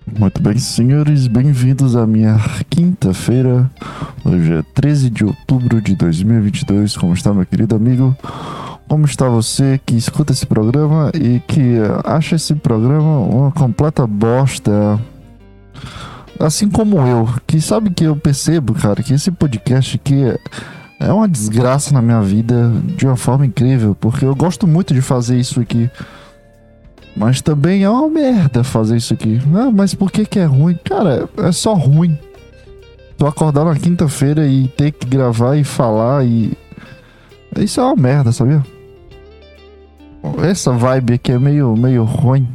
Muito bem, senhores, bem-vindos à minha quinta-feira. Hoje é 13 de outubro de 2022. Como está, meu querido amigo? Como está você que escuta esse programa e que acha esse programa uma completa bosta? Assim como eu, que sabe que eu percebo, cara, que esse podcast aqui é uma desgraça na minha vida de uma forma incrível, porque eu gosto muito de fazer isso aqui. Mas também é uma merda fazer isso aqui. Ah, mas por que é ruim? Cara, é só ruim. Tu acordar na quinta-feira e ter que gravar e falar e... Isso é uma merda, sabia? Essa vibe aqui é meio ruim.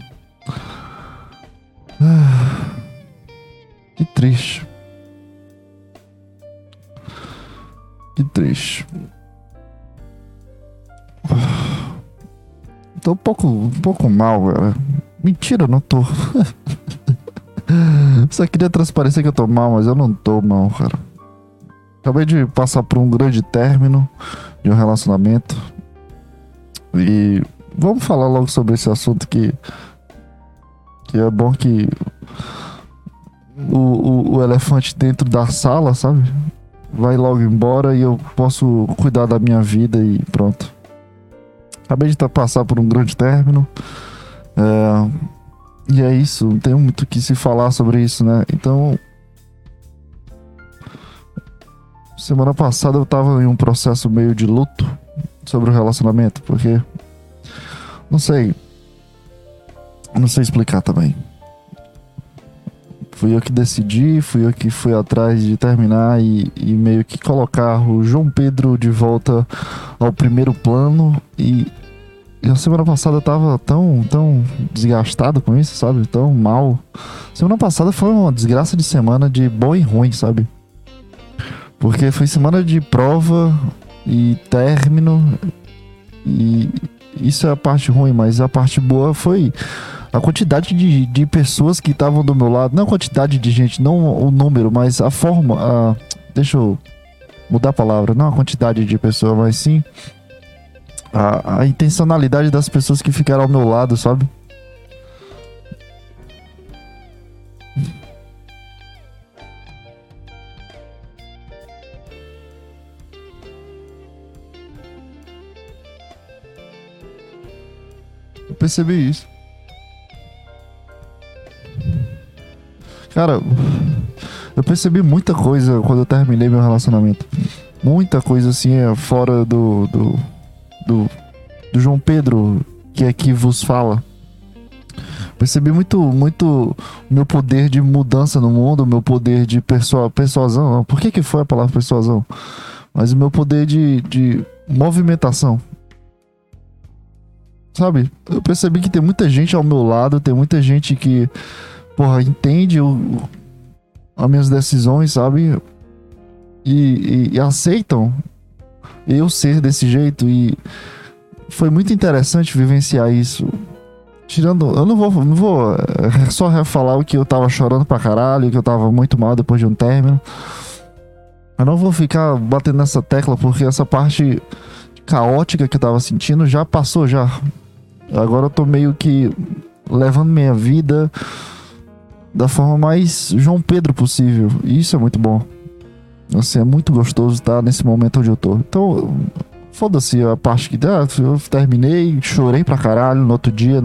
Ah, que triste. Que triste. Tô um pouco mal, velho. Mentira, eu não tô. Só queria transparecer que eu tô mal, mas eu não tô mal, cara. Acabei de passar por um grande término de um relacionamento. E vamos falar logo sobre esse assunto que é bom que o elefante dentro da sala, sabe? Vai logo embora e eu posso cuidar da minha vida e pronto. Acabei de passar por um grande término. E é isso, não tem muito o que se falar sobre isso, né? Então, semana passada eu tava em um processo meio de luto sobre o relacionamento, porque não sei explicar também. Fui eu que decidi, fui eu que fui atrás de terminar e meio que colocar o João Pedro de volta ao primeiro plano. E a semana passada eu tava tão desgastado com isso, sabe? Tão mal. Semana passada foi uma desgraça de semana de bom e ruim, sabe? Porque foi semana de prova e término. E isso é a parte ruim, mas a parte boa foi a quantidade de pessoas que estavam do meu lado. Não a quantidade de gente, não o número, mas a forma. Deixa eu mudar a palavra. Não a quantidade de pessoas, mas sim a intencionalidade das pessoas que ficaram ao meu lado, sabe? Eu percebi isso. Cara, eu percebi muita coisa quando eu terminei meu relacionamento. Muita coisa assim, fora do João Pedro, que aqui vos fala. Percebi muito o meu poder de mudança no mundo, o meu poder de persuasão. Não. Por que foi a palavra persuasão? Mas o meu poder de movimentação. Sabe? Eu percebi que tem muita gente ao meu lado, tem muita gente que, porra, entende as minhas decisões, sabe? E aceitam eu ser desse jeito. E foi muito interessante vivenciar isso. Tirando, eu não vou só refalar o que eu tava chorando pra caralho, que eu tava muito mal depois de um término. Eu não vou ficar batendo nessa tecla, porque essa parte caótica que eu tava sentindo já passou já. Agora eu tô meio que levando minha vida da forma mais João Pedro possível. E isso é muito bom. Assim, é muito gostoso estar nesse momento onde eu tô. Então, foda-se a parte que eu terminei, chorei pra caralho no outro dia.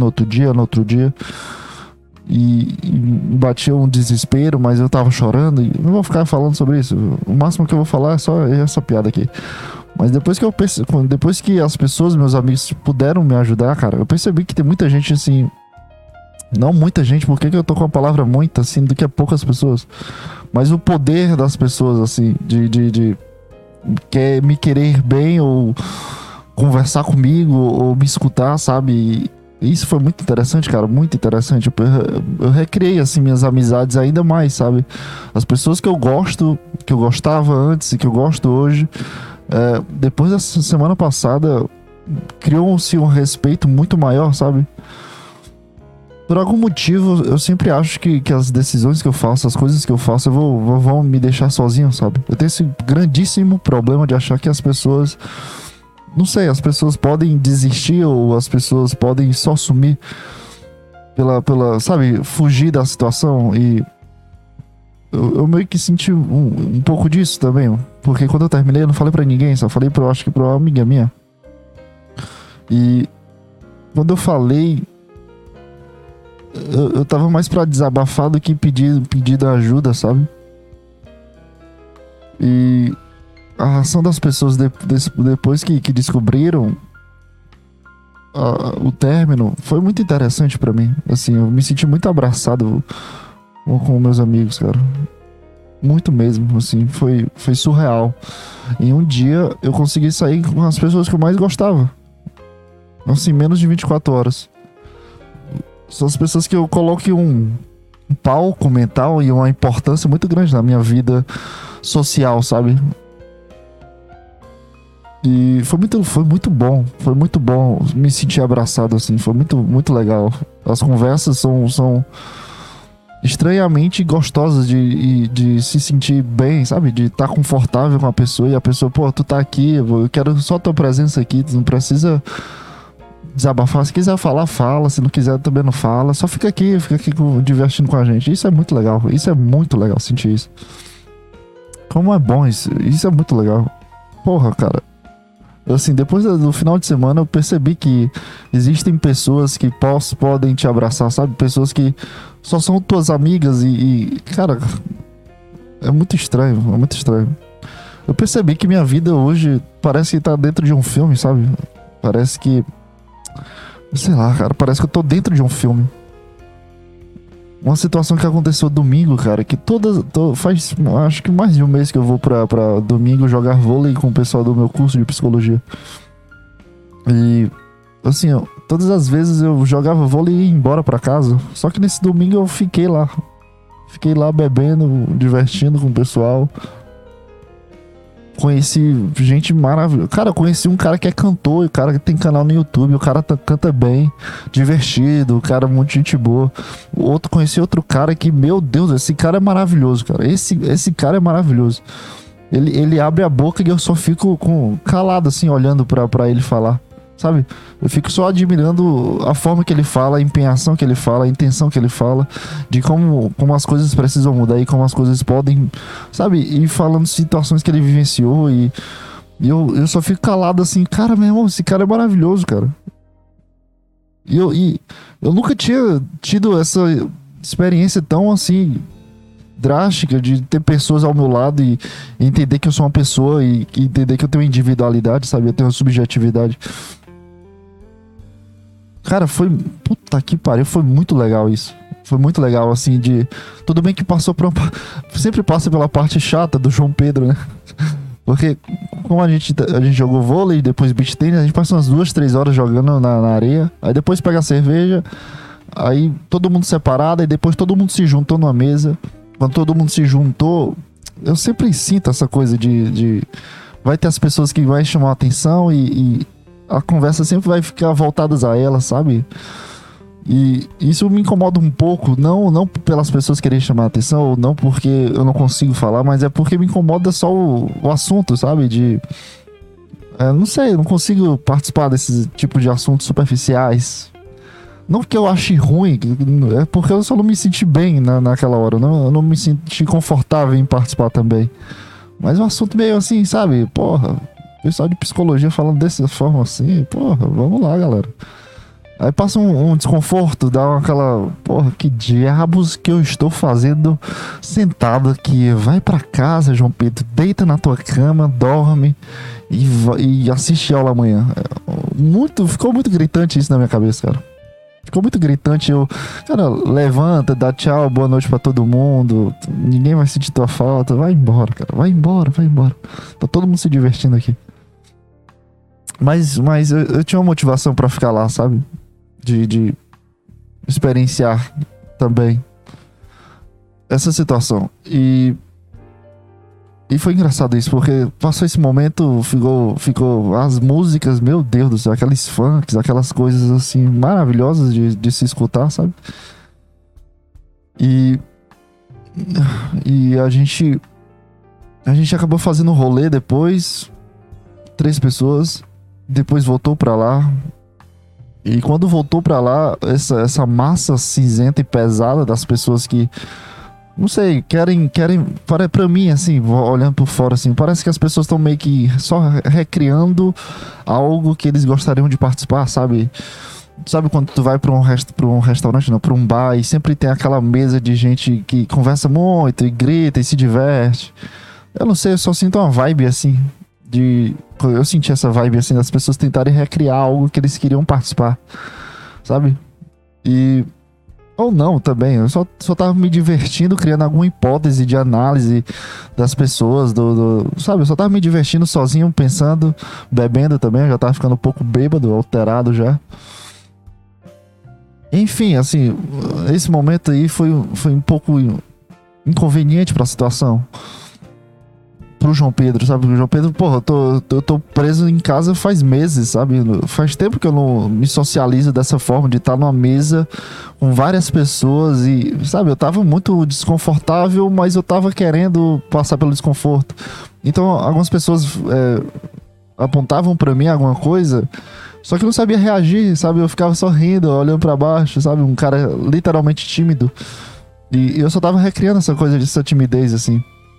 E batia um desespero, mas eu tava chorando. E não vou ficar falando sobre isso. O máximo que eu vou falar é só essa piada aqui. Mas depois que as pessoas, meus amigos, puderam me ajudar, cara, eu percebi que tem muita gente assim. Não muita gente, porque eu tô com a palavra muita, assim, do que é poucas pessoas. Mas o poder das pessoas, assim, de me querer bem, ou conversar comigo, ou me escutar, sabe? E isso foi muito interessante, cara, muito interessante. Eu recriei, assim, minhas amizades ainda mais, sabe? As pessoas que eu gosto, que eu gostava antes e que eu gosto hoje, depois dessa semana passada, criou-se um respeito muito maior, sabe? Por algum motivo, eu sempre acho que as decisões que eu faço, as coisas que eu faço, vão me deixar sozinho, sabe? Eu tenho esse grandíssimo problema de achar que as pessoas... Não sei, as pessoas podem desistir ou as pessoas podem só sumir. sabe, fugir da situação. E eu meio que senti um pouco disso também. Porque quando eu terminei, eu não falei pra ninguém, só falei acho que pra uma amiga minha. E quando eu falei, eu tava mais pra desabafar do que pedir ajuda, sabe? E a reação das pessoas depois que descobriram o término foi muito interessante pra mim. Assim, eu me senti muito abraçado com meus amigos, cara. Muito mesmo, assim, foi surreal. Em um dia eu consegui sair com as pessoas que eu mais gostava. Assim, menos de 24 horas. São as pessoas que eu coloco um palco mental e uma importância muito grande na minha vida social, sabe? E foi muito bom me sentir abraçado, assim, foi muito legal. As conversas são estranhamente gostosas de se sentir bem, sabe? De estar confortável com a pessoa e a pessoa, pô, tu tá aqui, eu quero só tua presença aqui, tu não precisa desabafar. Se quiser falar, fala, se não quiser também não fala, só fica aqui divertindo com a gente. Isso é muito legal sentir isso. Como é bom isso é muito legal. Porra, cara. Assim, depois do final de semana eu percebi que existem pessoas que podem te abraçar, sabe? Pessoas que só são tuas amigas cara, é muito estranho. Eu percebi que minha vida hoje parece que tá dentro de um filme, sabe? Parece que, sei lá, cara, parece que eu tô dentro de um filme. Uma situação que aconteceu domingo, cara, que faz acho que mais de um mês que eu vou pra domingo jogar vôlei com o pessoal do meu curso de psicologia. E, assim, todas as vezes eu jogava vôlei e ia embora pra casa. Só que nesse domingo eu fiquei lá. Fiquei lá bebendo, divertindo com o pessoal. Conheci gente maravilhosa. Cara, conheci um cara que é cantor, o cara que tem canal no YouTube, o cara canta bem, divertido, o cara muito gente boa. Conheci outro cara que, meu Deus, esse cara é maravilhoso, cara. Esse cara é maravilhoso. Ele abre a boca e eu só fico calado, assim, olhando pra ele falar, sabe? Eu fico só admirando a forma que ele fala, a empenhação que ele fala, a intenção que ele fala, de como as coisas precisam mudar e como as coisas podem, sabe? E falando situações que ele vivenciou e eu só fico calado assim, cara, meu irmão, esse cara é maravilhoso, cara. E eu nunca tinha tido essa experiência tão assim drástica de ter pessoas ao meu lado e entender que eu sou uma pessoa e entender que eu tenho individualidade, sabe? Eu tenho subjetividade. Cara, puta que pariu, foi muito legal isso. Foi muito legal, assim, tudo bem que passou sempre passa pela parte chata do João Pedro, né? Porque como a gente jogou vôlei, depois beach tennis, a gente passa umas 2-3 horas jogando na areia. Aí depois pega a cerveja, aí todo mundo separado, e depois todo mundo se juntou numa mesa. Quando todo mundo se juntou, eu sempre sinto essa coisa vai ter as pessoas que vai chamar a atenção e a conversa sempre vai ficar voltada a elas, sabe? E isso me incomoda um pouco, não pelas pessoas quererem chamar a atenção, ou não porque eu não consigo falar, mas é porque me incomoda só o assunto, sabe? Não sei, eu não consigo participar desse tipo de assuntos superficiais. Não porque eu ache ruim, é porque eu só não me senti bem naquela hora. Eu não me senti confortável em participar também. Mas um assunto meio assim, sabe? Porra, pessoal de psicologia falando dessa forma assim, porra, vamos lá, galera. Aí passa um desconforto, dá aquela, porra, que diabos que eu estou fazendo sentado aqui? Vai pra casa, João Pedro, deita na tua cama, dorme e assiste aula amanhã. Ficou muito gritante isso na minha cabeça, cara. Ficou muito gritante. Cara, levanta, dá tchau, boa noite pra todo mundo. Ninguém vai sentir tua falta. Vai embora, cara. Vai embora. Tá todo mundo se divertindo aqui. Mas eu tinha uma motivação pra ficar lá, sabe? De experienciar também essa situação. E foi engraçado isso, porque passou esse momento, ficou as músicas, meu Deus do céu, aqueles funks, aquelas coisas assim maravilhosas de se escutar, sabe? E a gente acabou fazendo um rolê depois, 3 pessoas, depois voltou pra lá. E quando voltou pra lá, essa massa cinzenta e pesada das pessoas que, não sei, querem, pra mim, assim, olhando por fora, assim, parece que as pessoas estão meio que só recriando algo que eles gostariam de participar, sabe? Sabe quando tu vai pra um restaurante, não, pra um bar e sempre tem aquela mesa de gente que conversa muito e grita e se diverte. Eu não sei, eu só sinto uma vibe assim de... Eu senti essa vibe assim das pessoas tentarem recriar algo que eles queriam participar, sabe? E... Ou não também, eu só tava me divertindo, criando alguma hipótese de análise das pessoas, sabe? Eu só tava me divertindo sozinho, pensando, bebendo também, eu já tava ficando um pouco bêbado, alterado já. Enfim, assim, esse momento aí foi um pouco inconveniente pra situação. Pro João Pedro, sabe? O João Pedro, porra, eu tô preso em casa faz meses, sabe? Faz tempo que eu não me socializo dessa forma, de estar numa mesa com várias pessoas e, sabe? Eu tava muito desconfortável, mas eu tava querendo passar pelo desconforto. Então, algumas pessoas apontavam pra mim alguma coisa, só que eu não sabia reagir, sabe? Eu ficava só rindo, olhando pra baixo, sabe? Um cara literalmente tímido. E eu só tava recriando essa coisa, essa timidez, assim.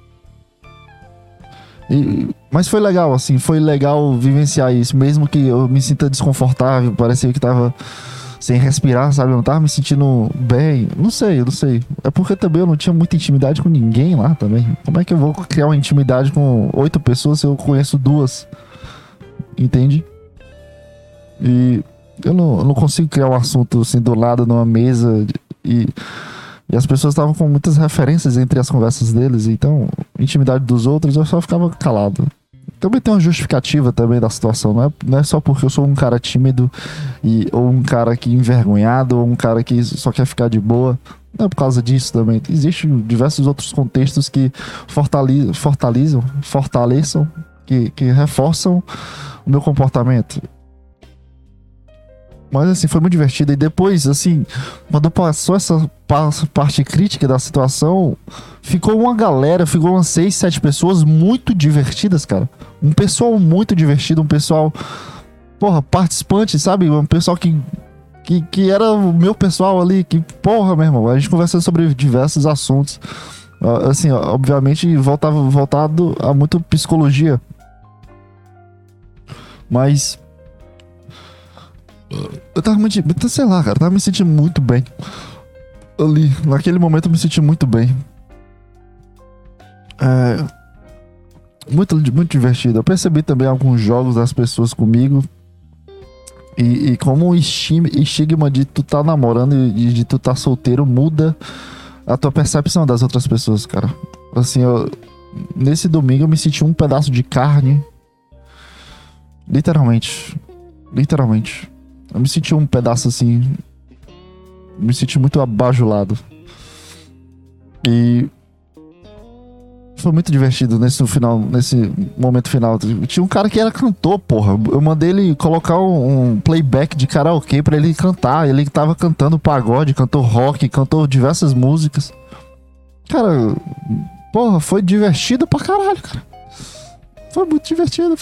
Mas foi legal, assim, foi legal vivenciar isso, mesmo que eu me sinta desconfortável, parecia que tava sem respirar, sabe? Eu não tava me sentindo bem, não sei. É porque também eu não tinha muita intimidade com ninguém lá também. Como é que eu vou criar uma intimidade com 8 pessoas se eu conheço 2? Entende? E eu não consigo criar um assunto assim do lado numa mesa e... E as pessoas estavam com muitas referências entre as conversas deles, então, intimidade dos outros, eu só ficava calado. Também tem uma justificativa também da situação, não é só porque eu sou um cara tímido, ou um cara que envergonhado, ou um cara que só quer ficar de boa. Não é por causa disso também. Existem diversos outros contextos que fortaleçam, que reforçam o meu comportamento. Mas assim, foi muito divertido. E depois, assim, quando passou essa parte crítica da situação, ficou umas 6, 7 pessoas muito divertidas, cara. Um pessoal muito divertido, um pessoal, porra, participante, sabe? Um pessoal que era o meu pessoal ali, que, porra, meu irmão, a gente conversando sobre diversos assuntos. Assim, obviamente, voltado a muito psicologia. Mas... eu tava muito, sei lá, cara, tava me sentindo muito bem. Ali, naquele momento eu me senti muito bem. Muito divertido. Eu percebi também alguns jogos das pessoas comigo. E como o estigma de tu tá namorando e de tu tá solteiro muda a tua percepção das outras pessoas, cara. Assim, nesse domingo eu me senti um pedaço de carne. Literalmente. Eu me senti um pedaço assim. Me senti muito abajulado. E foi muito divertido nesse momento final. Tinha um cara que era cantor, porra. Eu mandei ele colocar um playback de karaokê pra ele cantar. Ele tava cantando pagode, cantou rock, cantou diversas músicas. Cara, porra, foi divertido pra caralho, cara. Foi muito divertido.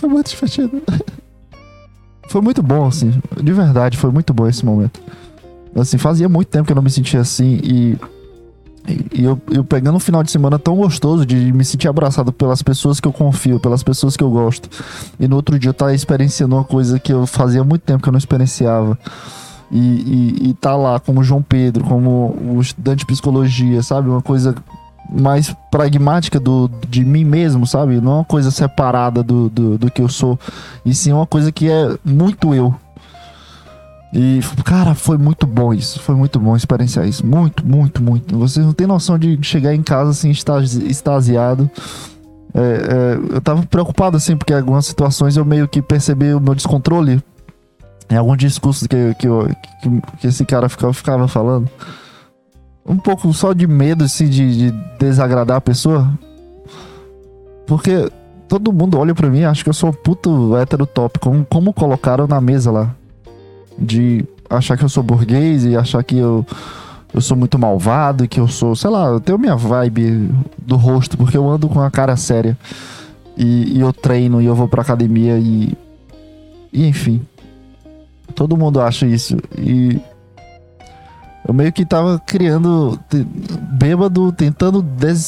Foi muito bom, assim. De verdade, foi muito bom esse momento. Assim, fazia muito tempo que eu não me sentia assim. E eu pegando um final de semana tão gostoso de me sentir abraçado pelas pessoas que eu confio, pelas pessoas que eu gosto. E no outro dia eu tava experienciando uma coisa que eu fazia muito tempo que eu não experienciava. E tá lá como João Pedro, como o estudante de psicologia, sabe? Uma coisa mais pragmática de mim mesmo, sabe? Não é uma coisa separada do que eu sou, e sim uma coisa que é muito eu. E, cara, foi muito bom isso. Foi muito bom experienciar isso. Muito. Vocês não têm noção de chegar em casa assim, extasiado. Eu tava preocupado, assim, porque em algumas situações eu meio que percebi o meu descontrole em algum discurso que esse cara ficava falando. Um pouco só de medo, assim, de desagradar a pessoa. Porque todo mundo olha pra mim e acha que eu sou um puto hétero top. Como colocaram na mesa lá. De achar que eu sou burguês e achar que eu sou muito malvado e que eu sou... sei lá, eu tenho minha vibe do rosto, porque eu ando com a cara séria. E eu treino e eu vou pra academia e enfim. Todo mundo acha isso. E eu meio que tava criando, bêbado, tentando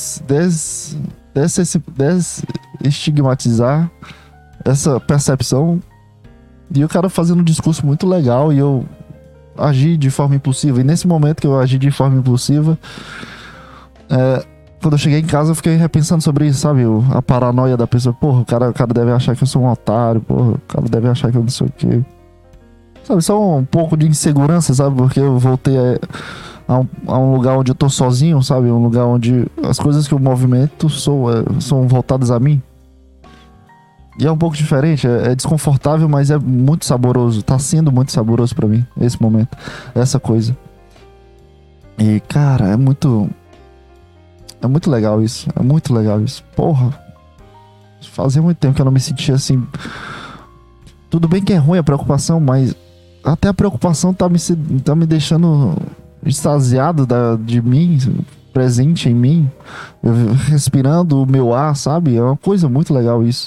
desestigmatizar essa percepção. E o cara fazendo um discurso muito legal e eu agi de forma impulsiva. E nesse momento que eu agi de forma impulsiva, quando eu cheguei em casa eu fiquei repensando sobre isso, sabe? A paranoia da pessoa. Porra, o cara deve achar que eu sou um otário. Porra, o cara deve achar que eu não sei o quê. Sabe, só um pouco de insegurança, sabe? Porque eu voltei a um lugar onde eu tô sozinho, sabe? Um lugar onde as coisas que eu movimento são voltadas a mim. E é um pouco diferente, é desconfortável, mas é muito saboroso. Tá sendo muito saboroso pra mim, esse momento, essa coisa. E, cara, é muito legal isso. É muito legal isso. Porra, fazia muito tempo que eu não me sentia assim. Tudo bem que é ruim a preocupação, mas até a preocupação tá me deixando extasiado de mim, presente em mim, respirando o meu ar, sabe? É uma coisa muito legal isso.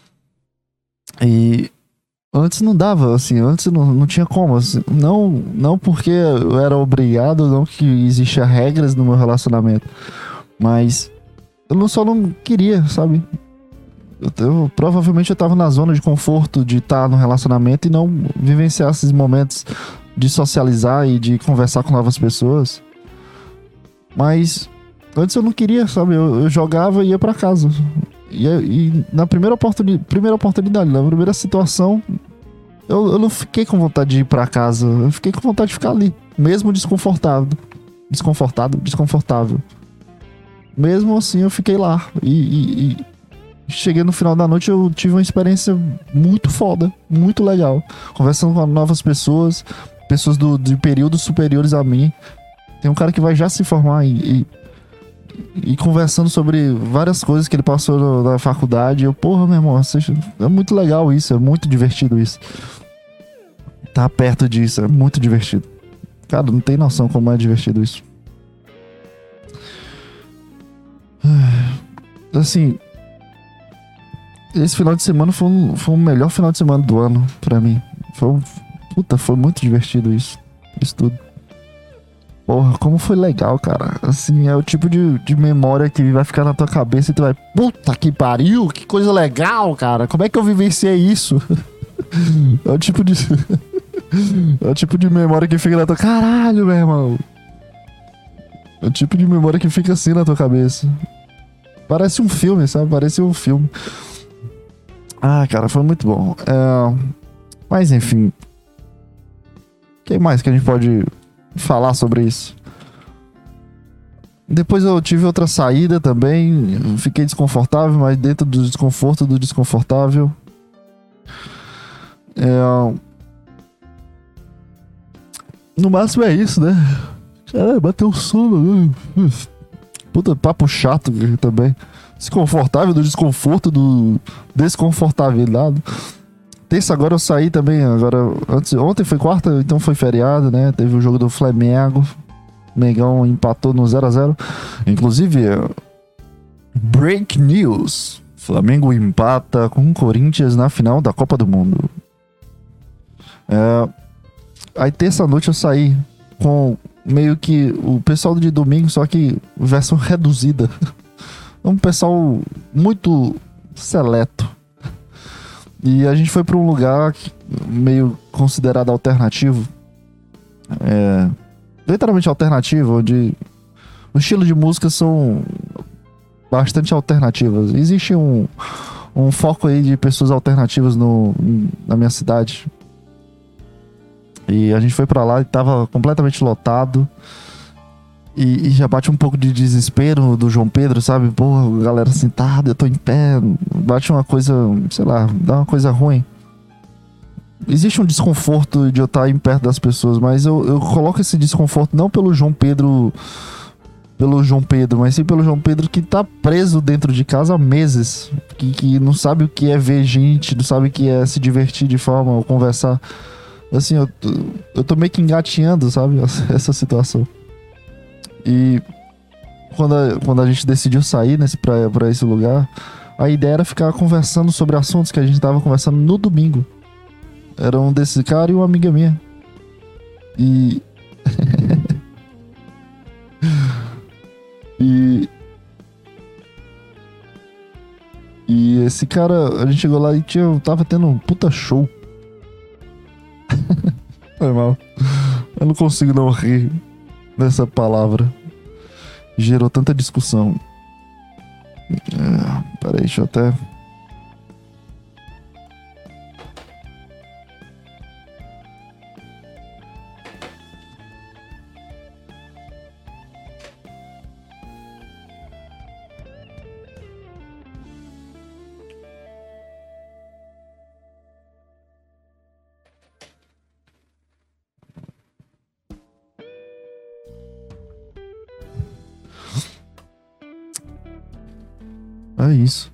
E antes não dava, assim, antes não tinha como, assim, não porque eu era obrigado, não que existiam regras no meu relacionamento, mas eu só não queria, sabe? Provavelmente eu tava na zona de conforto de estar no relacionamento e não vivenciar esses momentos de socializar e de conversar com novas pessoas. Mas antes eu não queria, sabe? Eu jogava e ia pra casa. E na primeira oportunidade, na primeira situação, eu não fiquei com vontade de ir pra casa. Eu fiquei com vontade de ficar ali, mesmo desconfortável. Mesmo assim eu fiquei lá e cheguei no final da noite, eu tive uma experiência muito foda, muito legal. Conversando com novas pessoas de períodos superiores a mim. Tem um cara que vai já se formar e conversando sobre várias coisas que ele passou na faculdade. Eu, porra, meu irmão, é muito legal isso, é muito divertido isso. Tá perto disso, é muito divertido. Cara, não tem noção como é divertido isso. Assim, esse final de semana foi o melhor final de semana do ano pra mim. Foi muito divertido isso tudo. Porra, como foi legal, cara. Assim, é o tipo de memória que vai ficar na tua cabeça e tu vai... Puta que pariu, que coisa legal, cara. Como é que eu vivenciei isso? É o tipo de... é o tipo de memória que fica na tua... Caralho, meu irmão. É o tipo de memória que fica assim na tua cabeça. Parece um filme, sabe? Parece um filme. Ah, cara, foi muito bom. Mas, enfim. O que mais que a gente pode falar sobre isso? Depois eu tive outra saída também. Fiquei desconfortável, mas dentro do desconforto do desconfortável. No máximo é isso, né? Caralho, bateu o sono. Puta, papo chato também. Desconfortável do desconforto do desconfortabilidade. Terça agora eu saí também. Ontem foi quarta, então foi feriado, né? Teve o jogo do Flamengo. Mengão empatou no 0x0. Inclusive, break news: Flamengo empata com o Corinthians na final da Copa do Mundo. Aí terça noite eu saí com meio que o pessoal de domingo, só que versão reduzida. Um pessoal muito seleto. E a gente foi para um lugar meio considerado alternativo. Literalmente alternativo, onde o estilo de música são bastante alternativas. Existe um foco aí de pessoas alternativas na minha cidade. E a gente foi pra lá e tava completamente lotado. E já bate um pouco de desespero do João Pedro, sabe? Pô, galera sentada, eu tô em pé. Bate uma coisa, sei lá, dá uma coisa ruim. Existe um desconforto de eu estar em perto das pessoas, mas eu coloco esse desconforto não pelo João Pedro, mas sim pelo João Pedro que tá preso dentro de casa há meses. Que não sabe o que é ver gente, não sabe o que é se divertir de forma ou conversar. Assim, eu tô meio que engatinhando, sabe? Essa situação. E quando a gente decidiu sair pra esse lugar, a ideia era ficar conversando sobre assuntos que a gente tava conversando no domingo. Era um desse cara e uma amiga minha. E. e. E esse cara, a gente chegou lá e tava tendo um puta show. Foi mal. Eu não consigo não rir dessa palavra. Gerou tanta discussão. Peraí, deixa eu até. É isso.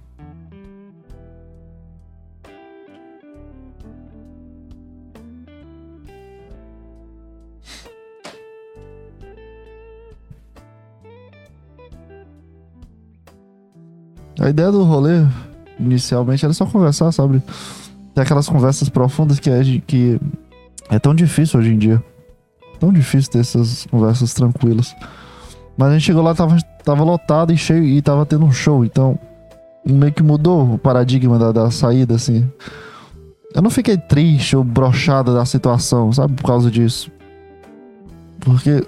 A ideia do rolê, inicialmente, era só conversar, sabe? Tem aquelas conversas profundas que é tão difícil hoje em dia. Tão difícil ter essas conversas tranquilas. Mas a gente chegou lá, tava lotado e cheio e tava tendo um show, então meio que mudou o paradigma da saída, assim. Eu não fiquei triste ou broxado da situação, sabe? Por causa disso. Porque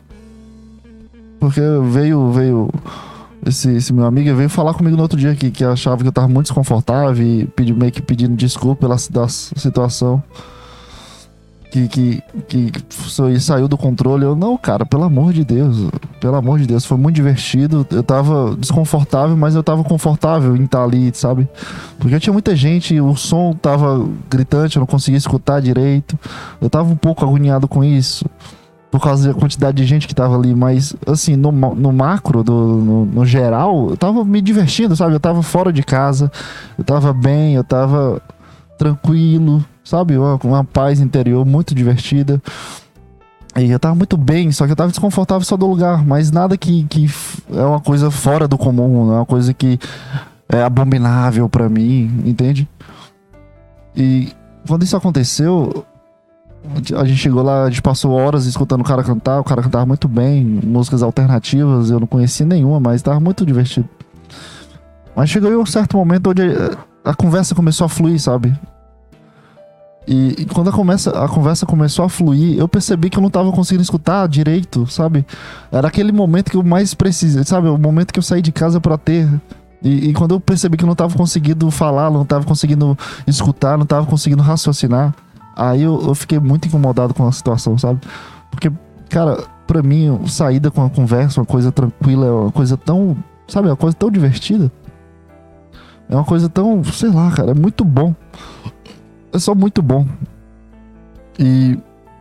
veio esse meu amigo veio falar comigo no outro dia que achava que eu tava muito desconfortável e meio que pedindo desculpa pela situação. Que saiu do controle. Eu, não, cara, pelo amor de Deus, foi muito divertido. Eu tava desconfortável, mas eu tava confortável em estar ali, sabe? Porque tinha muita gente, o som tava gritante, eu não conseguia escutar direito. Eu tava um pouco agoniado com isso, por causa da quantidade de gente que tava ali. Mas, assim, no macro, no geral, eu tava me divertindo, sabe? Eu tava fora de casa, eu tava bem, eu tava tranquilo, sabe? Uma paz interior muito divertida. E eu tava muito bem, só que eu tava desconfortável só do lugar. Mas nada que é uma coisa fora do comum, não é uma coisa que é abominável pra mim, entende? E quando isso aconteceu, a gente chegou lá, a gente passou horas escutando o cara cantava muito bem, músicas alternativas, eu não conhecia nenhuma, mas tava muito divertido. Mas chegou em um certo momento onde a conversa começou a fluir, sabe? E quando a conversa começou a fluir, eu percebi que eu não tava conseguindo escutar direito, sabe? Era aquele momento que eu mais precisei, sabe? O momento que eu saí de casa pra ter. E quando eu percebi que eu não tava conseguindo falar, não tava conseguindo escutar, não tava conseguindo raciocinar, aí eu fiquei muito incomodado com a situação, sabe? Porque, cara, pra mim, saída com a conversa, uma coisa tranquila, é uma coisa tão, sabe? É uma coisa tão divertida. É uma coisa tão, sei lá, cara, é muito bom. É só muito bom. E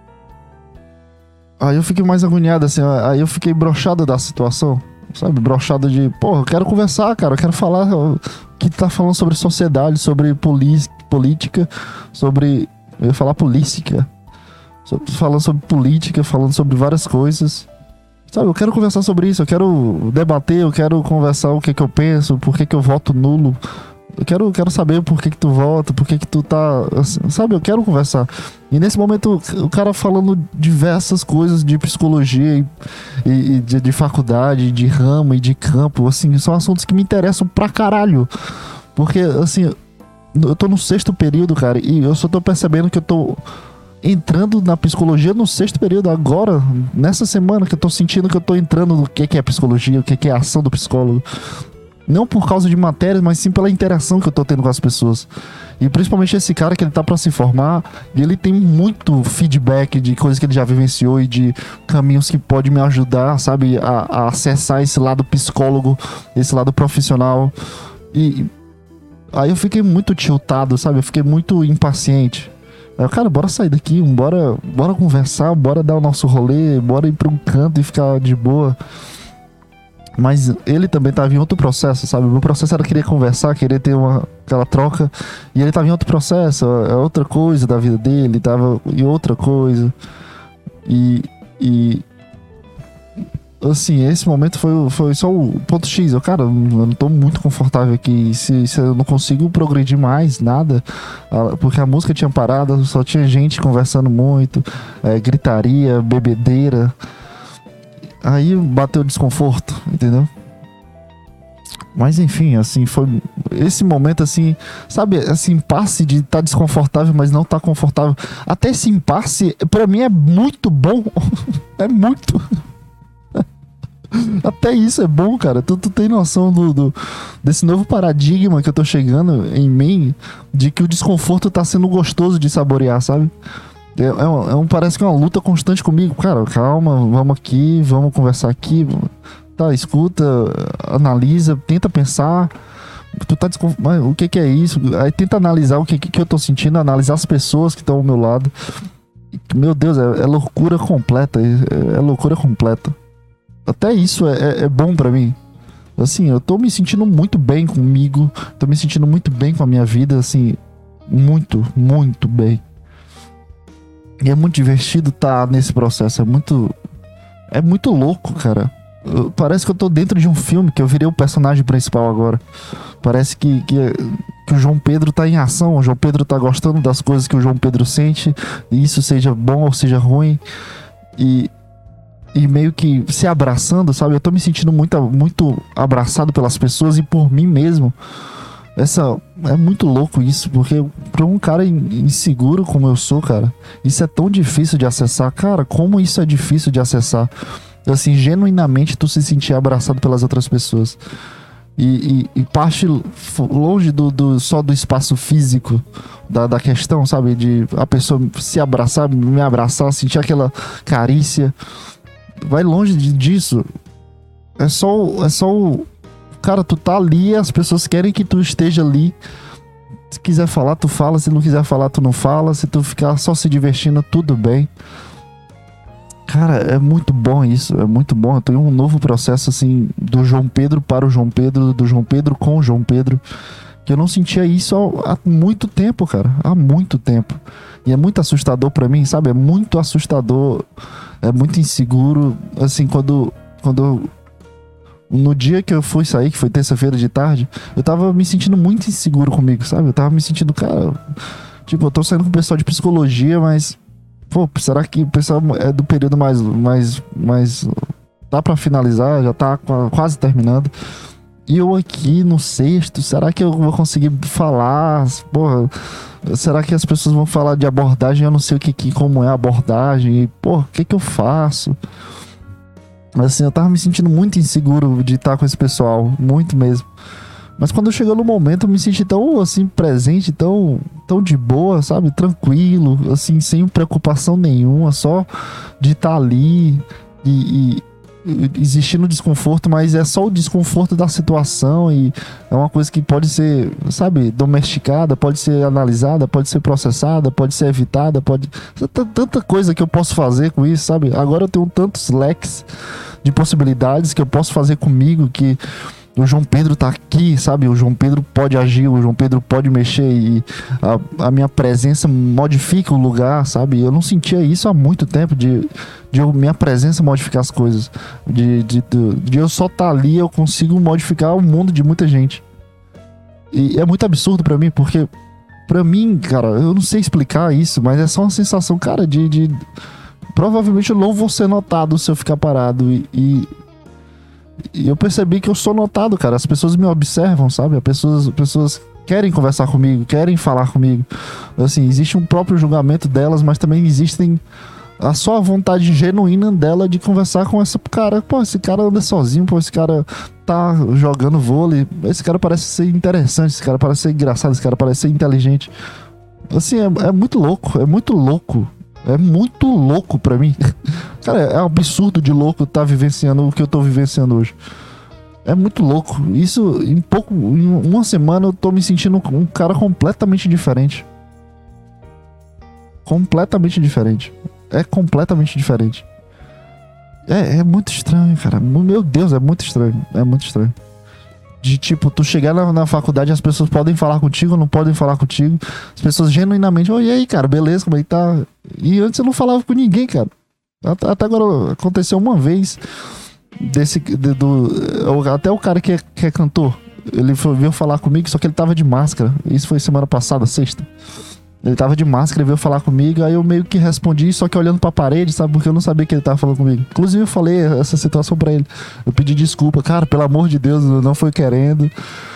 aí eu fiquei mais agoniado, assim. Aí eu fiquei broxado da situação, sabe? Broxado de, porra, eu quero conversar, cara. Eu quero falar que tá falando sobre sociedade, sobre política, sobre... Eu ia falar política. Falando sobre política, falando sobre várias coisas. Sabe, eu quero conversar sobre isso. Eu quero debater, eu quero conversar o que eu penso, por que eu voto nulo. Eu quero saber por que tu vota, por que tu tá... Assim, sabe, eu quero conversar. E nesse momento, o cara falando diversas coisas de psicologia e de faculdade, de ramo e de campo, assim, são assuntos que me interessam pra caralho. Porque, assim, eu tô no 6º período, cara, e eu só tô percebendo que eu tô entrando na psicologia no 6º período agora, nessa semana, que eu tô sentindo que eu tô entrando no que é psicologia, o que é a ação do psicólogo. Não por causa de matérias, mas sim pela interação que eu tô tendo com as pessoas. E principalmente esse cara que ele tá pra se formar, e ele tem muito feedback de coisas que ele já vivenciou e de caminhos que pode me ajudar, sabe, a acessar esse lado psicólogo, esse lado profissional. E aí eu fiquei muito tiltado, sabe, eu fiquei muito impaciente. Aí eu, cara, bora sair daqui, bora conversar, bora dar o nosso rolê, bora ir pra um canto e ficar de boa. Mas ele também tava em outro processo, sabe? O meu processo era querer conversar, querer ter aquela troca. E ele tava em outro processo, é outra coisa da vida dele, tava em outra coisa. E assim, esse momento foi só o ponto X. Cara, eu não tô muito confortável aqui. Se eu não consigo progredir mais, nada. Porque a música tinha parado, só tinha gente conversando muito, gritaria, bebedeira. Aí bateu o desconforto, entendeu? Mas enfim, assim, foi esse momento, assim, sabe, esse impasse de estar desconfortável, mas não tá confortável. Até esse impasse, pra mim, é muito bom. É muito. Até isso é bom, cara. Tu tem noção desse novo paradigma que eu tô chegando em mim, de que o desconforto tá sendo gostoso de saborear, sabe? Parece que é uma luta constante comigo. Cara, calma, vamos aqui, vamos conversar aqui. Tá, escuta, analisa, tenta pensar. Tu tá o que é isso? Aí tenta analisar o que eu tô sentindo, analisar as pessoas que estão ao meu lado. Meu Deus, é loucura completa. É loucura completa. Até isso é bom pra mim. Assim, eu tô me sentindo muito bem comigo. Tô me sentindo muito bem com a minha vida, assim. Muito, muito bem. E é muito divertido estar nesse processo. É muito louco, cara. Parece que eu tô dentro de um filme, que eu virei o personagem principal agora. Parece que o João Pedro tá em ação. O João Pedro tá gostando das coisas que o João Pedro sente. E isso seja bom ou seja ruim. E meio que se abraçando, sabe? Eu tô me sentindo muito abraçado pelas pessoas e por mim mesmo. É muito louco isso, porque pra um cara inseguro como eu sou, cara, isso é tão difícil de acessar. Cara, como isso é difícil de acessar. Assim, genuinamente tu se sentir abraçado pelas outras pessoas. E parte longe só do espaço físico da questão, sabe? De a pessoa se abraçar, me abraçar, sentir aquela carícia. Vai longe disso. É só o... Cara, tu tá ali, as pessoas querem que tu esteja ali. Se quiser falar, tu fala. Se não quiser falar, tu não fala. Se tu ficar só se divertindo, tudo bem. Cara, é muito bom isso. É muito bom. Eu tenho um novo processo, assim, do João Pedro para o João Pedro, do João Pedro com o João Pedro, que eu não sentia isso há muito tempo, cara. Há muito tempo. E é muito assustador pra mim, sabe? É muito assustador. É muito inseguro. Assim, quando no dia que eu fui sair, que foi terça-feira de tarde, eu tava me sentindo muito inseguro comigo, sabe? Eu tava me sentindo, cara... Tipo, eu tô saindo com o pessoal de psicologia, mas... Pô, será que o pessoal é do período mais... Dá pra finalizar, já tá quase terminando. E eu aqui no sexto, será que eu vou conseguir falar? Porra, será que as pessoas vão falar de abordagem? Eu não sei como é a abordagem. E, porra, o que eu faço? Assim, eu tava me sentindo muito inseguro de estar com esse pessoal, muito mesmo. Mas quando chegou no momento, eu me senti tão, assim, presente, tão de boa, sabe? Tranquilo, assim, sem preocupação nenhuma, só de estar ali e existindo desconforto, mas é só o desconforto da situação e é uma coisa que pode ser, sabe, domesticada, pode ser analisada, pode ser processada, pode ser evitada, tanta coisa que eu posso fazer com isso, sabe? Agora eu tenho tantos leques de possibilidades que eu posso fazer comigo, que o João Pedro tá aqui, sabe? O João Pedro pode agir, o João Pedro pode mexer e a minha presença modifica o lugar, sabe? Eu não sentia isso há muito tempo, de minha presença modificar as coisas. De eu só estar ali, eu consigo modificar o mundo de muita gente. E é muito absurdo pra mim, porque pra mim, cara, eu não sei explicar isso, mas é só uma sensação, cara, provavelmente eu não vou ser notado se eu ficar parado e eu percebi que eu sou notado, cara. As pessoas me observam, sabe? As pessoas querem conversar comigo, querem falar comigo. Assim, existe um próprio julgamento delas, mas também existem só a vontade genuína dela de conversar com esse cara. Pô, esse cara anda sozinho, pô, esse cara tá jogando vôlei, esse cara parece ser interessante, esse cara parece ser engraçado, esse cara parece ser inteligente. Assim, é muito louco, é muito louco. É muito louco pra mim. Cara, é um absurdo de louco estar vivenciando o que eu tô vivenciando hoje. É muito louco. Isso, em uma semana eu tô me sentindo um cara completamente diferente. Completamente diferente. É completamente diferente. É muito estranho, cara. Meu Deus, é muito estranho. É muito estranho. De tipo, tu chegar na faculdade, as pessoas podem falar contigo, não podem falar contigo. As pessoas genuinamente, e aí, cara, beleza, como é que tá? E antes eu não falava com ninguém, cara. Até agora aconteceu uma vez Até o cara que é cantor, ele veio falar comigo, só que ele tava de máscara. Isso foi semana passada, sexta. Ele tava de máscara e veio falar comigo. Aí eu meio que respondi, só que olhando pra parede, sabe? Porque eu não sabia que ele tava falando comigo. Inclusive eu falei essa situação pra ele. Eu pedi desculpa, cara, pelo amor de Deus, eu não fui querendo.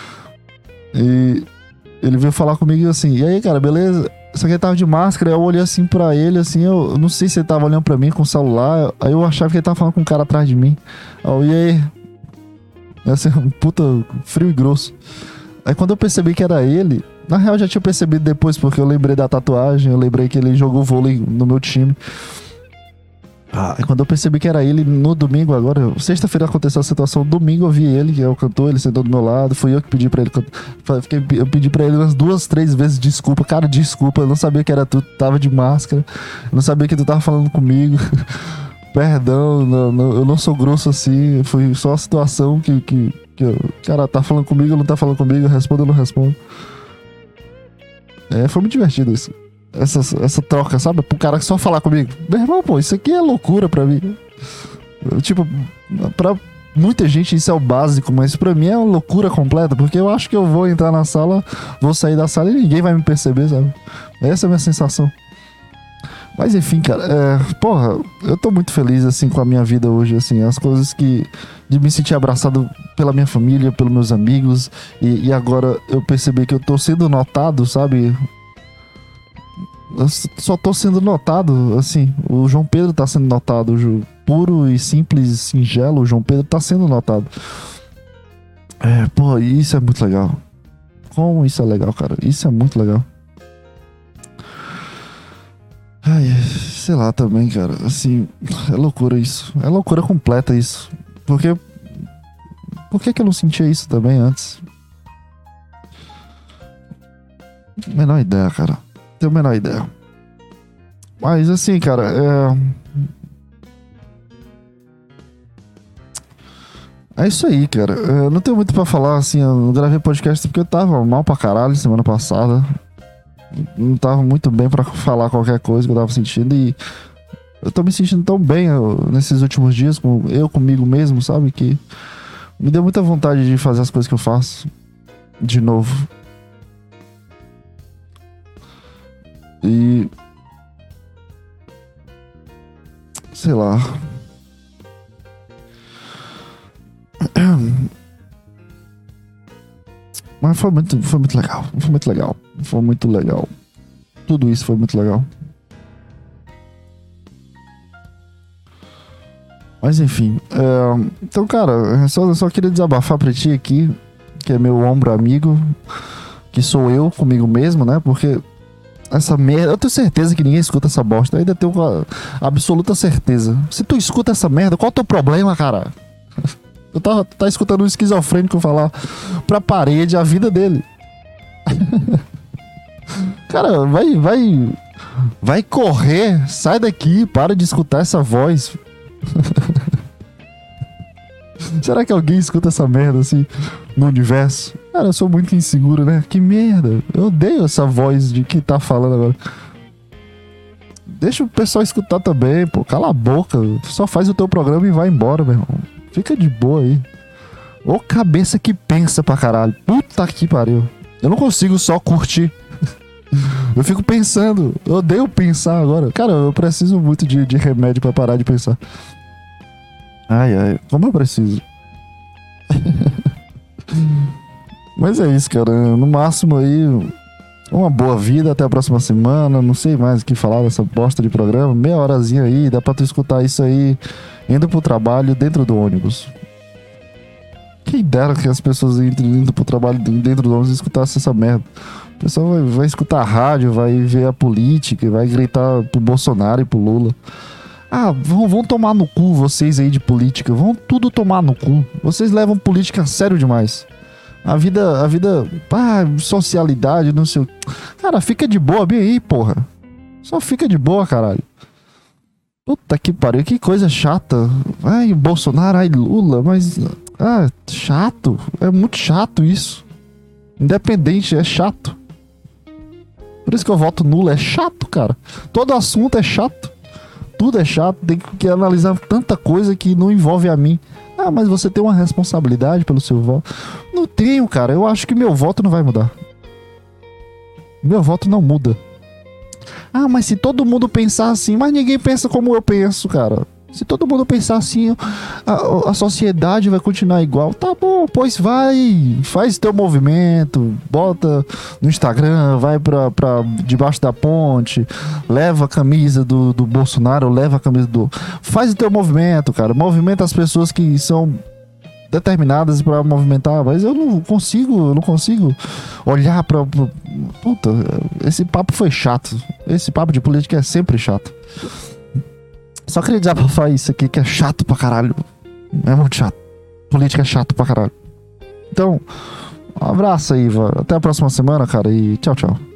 E ele veio falar comigo assim, e aí, cara, beleza? Só que ele tava de máscara, eu olhei assim pra ele, assim, eu não sei se ele tava olhando pra mim com o celular. Aí eu achava que ele tava falando com um cara atrás de mim. Aí eu, e aí? Assim, um puta frio e grosso. Aí quando eu percebi que era ele, na real eu já tinha percebido depois, porque eu lembrei da tatuagem, eu lembrei que ele jogou vôlei no meu time. Aí quando eu percebi que era ele, no domingo agora, sexta-feira aconteceu a situação, domingo eu vi ele, que é o cantor, ele sentou do meu lado, fui eu que pedi pra ele, eu pedi pra ele umas 2, 3 vezes desculpa, cara, desculpa, eu não sabia que era tu tava de máscara, eu não sabia que tu tava falando comigo, perdão, eu não sou grosso assim, foi só a situação que cara, tá falando comigo, não tá falando comigo, eu respondo ou não respondo. Foi muito divertido isso. Essa troca, sabe? Pro cara só falar comigo. Meu irmão, pô, isso aqui é loucura pra mim. Tipo, pra muita gente isso é o básico, mas pra mim é uma loucura completa, porque eu acho que eu vou entrar na sala, vou sair da sala e ninguém vai me perceber, sabe? Essa é a minha sensação. Mas enfim, cara, porra, eu tô muito feliz, assim, com a minha vida hoje, assim, as coisas de me sentir abraçado pela minha família, pelos meus amigos, e agora eu percebi que eu tô sendo notado, sabe? Eu só tô sendo notado, assim, o João Pedro tá sendo notado, puro e simples, singelo, o João Pedro tá sendo notado. Pô, isso é muito legal. Como isso é legal, cara, isso é muito legal. Ai, sei lá também, cara, assim, é loucura isso, é loucura completa isso, porque por que eu não sentia isso também antes? Menor ideia, cara, tenho a menor ideia, mas assim, cara, é isso aí, cara, eu não tenho muito pra falar, assim, eu não gravei podcast porque eu tava mal pra caralho semana passada. Não tava muito bem pra falar qualquer coisa que eu tava sentindo. E eu tô me sentindo tão bem nesses últimos dias, comigo mesmo, sabe? Que me deu muita vontade de fazer as coisas que eu faço de novo. E sei lá. Mas foi muito legal. Foi muito legal. Foi muito legal. Tudo isso foi muito legal. Mas enfim. Então, cara, eu só queria desabafar pra ti aqui, que é meu ombro amigo, que sou eu comigo mesmo, né? Porque essa merda, eu tenho certeza que ninguém escuta essa bosta. Eu ainda tenho absoluta certeza. Se tu escuta essa merda, qual é o teu problema, cara? Tu tá escutando um esquizofrênico falar pra parede a vida dele. Cara, vai correr, sai daqui, para de escutar essa voz. Será que alguém escuta essa merda assim no universo? Cara, eu sou muito inseguro, né? Que merda. Eu odeio essa voz de que tá falando agora. Deixa o pessoal escutar também, pô. Cala a boca. Só faz o teu programa e vai embora, meu irmão. Fica de boa aí. Ô cabeça que pensa pra caralho. Puta que pariu. Eu não consigo só curtir. Eu fico pensando. Eu odeio pensar agora. Cara, eu preciso muito de remédio pra parar de pensar. Ai, como eu preciso. Mas é isso, cara. No máximo aí, uma boa vida. Até a próxima semana. Não sei mais o que falar dessa bosta de programa. Meia horazinha aí. Dá pra tu escutar isso aí indo pro trabalho dentro do ônibus. Quem dera que as pessoas indo pro trabalho dentro do ônibus e escutassem essa merda. O pessoal vai escutar a rádio, vai ver a política, vai gritar pro Bolsonaro e pro Lula. Vão tomar no cu vocês aí de política. Vão tudo tomar no cu. Vocês levam política a sério demais. A vida, socialidade, não sei o... Cara, fica de boa bem aí, porra. Só fica de boa, caralho. Puta que pariu, que coisa chata. Ai, Bolsonaro, ai, Lula, mas... chato. É muito chato isso. Independente, é chato. Por isso que eu voto nulo, é chato, cara. Todo assunto é chato. Tudo é chato, tem que analisar tanta coisa que não envolve a mim. Ah, mas você tem uma responsabilidade pelo seu voto. Não tenho, cara. Eu acho que meu voto não vai mudar. Meu voto não muda. Ah, mas se todo mundo pensar assim... Mas ninguém pensa como eu penso, cara. Se todo mundo pensar assim, a sociedade vai continuar igual. Tá bom, pois vai. Faz teu movimento. Bota no Instagram. Vai pra debaixo da ponte. Leva a camisa do Bolsonaro. Leva a camisa do... Faz o teu movimento, cara. Movimenta as pessoas que são determinadas pra movimentar. Mas eu não consigo olhar pra... Puta, esse papo foi chato. Esse papo de política é sempre chato. Só queria desabafar isso aqui, que é chato pra caralho. É muito chato. Política é chato pra caralho. Então, um abraço aí, Iva. Até a próxima semana, cara. E tchau, tchau.